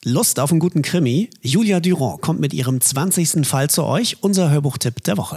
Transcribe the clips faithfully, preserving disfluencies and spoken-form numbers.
Lust auf einen guten Krimi? Julia Durand kommt mit ihrem zwanzigsten Fall zu euch, unser Hörbuchtipp der Woche.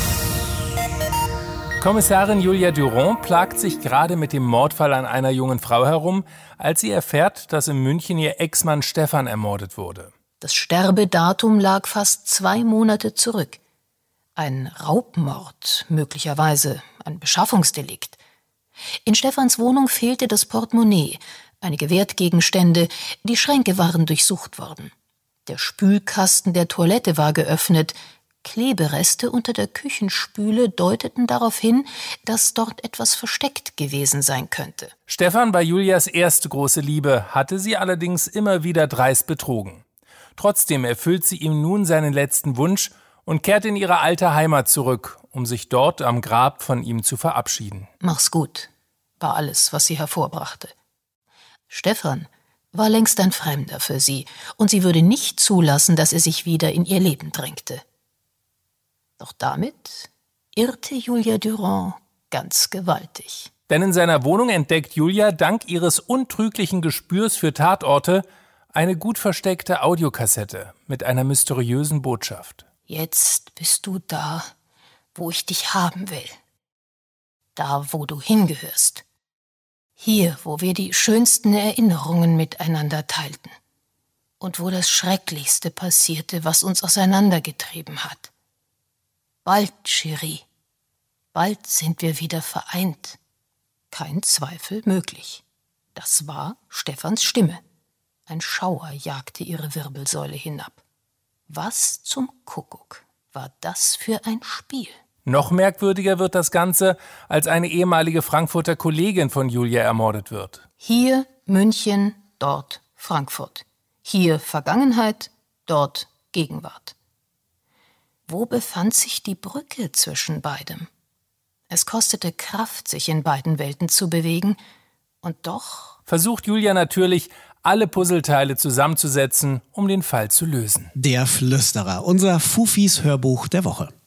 Kommissarin Julia Durand plagt sich gerade mit dem Mordfall an einer jungen Frau herum, als sie erfährt, dass in München ihr Ex-Mann Stefan ermordet wurde. Das Sterbedatum lag fast zwei Monate zurück. Ein Raubmord, möglicherweise ein Beschaffungsdelikt. In Stefans Wohnung fehlte das Portemonnaie, einige Wertgegenstände, die Schränke waren durchsucht worden. Der Spülkasten der Toilette war geöffnet. Klebereste unter der Küchenspüle deuteten darauf hin, dass dort etwas versteckt gewesen sein könnte. Stefan war Julias erste große Liebe, hatte sie allerdings immer wieder dreist betrogen. Trotzdem erfüllt sie ihm nun seinen letzten Wunsch und kehrt in ihre alte Heimat zurück, um sich dort am Grab von ihm zu verabschieden. Mach's gut, war alles, was sie hervorbrachte. Stefan war längst ein Fremder für sie, und sie würde nicht zulassen, dass er sich wieder in ihr Leben drängte. Doch damit irrte Julia Durand ganz gewaltig. Denn in seiner Wohnung entdeckt Julia dank ihres untrüglichen Gespürs für Tatorte eine gut versteckte Audiokassette mit einer mysteriösen Botschaft. Jetzt bist du da, wo ich dich haben will. Da, wo du hingehörst. Hier, wo wir die schönsten Erinnerungen miteinander teilten. Und wo das Schrecklichste passierte, was uns auseinandergetrieben hat. Bald, Chérie, bald sind wir wieder vereint. Kein Zweifel möglich. Das war Stefans Stimme. Ein Schauer jagte ihre Wirbelsäule hinab. Was zum Kuckuck war das für ein Spiel? Noch merkwürdiger wird das Ganze, als eine ehemalige Frankfurter Kollegin von Julia ermordet wird. Hier München, dort Frankfurt. Hier Vergangenheit, dort Gegenwart. Wo befand sich die Brücke zwischen beidem? Es kostete Kraft, sich in beiden Welten zu bewegen, und doch versucht Julia natürlich, alle Puzzleteile zusammenzusetzen, um den Fall zu lösen. Der Flüsterer, unser Fufis Hörbuch der Woche.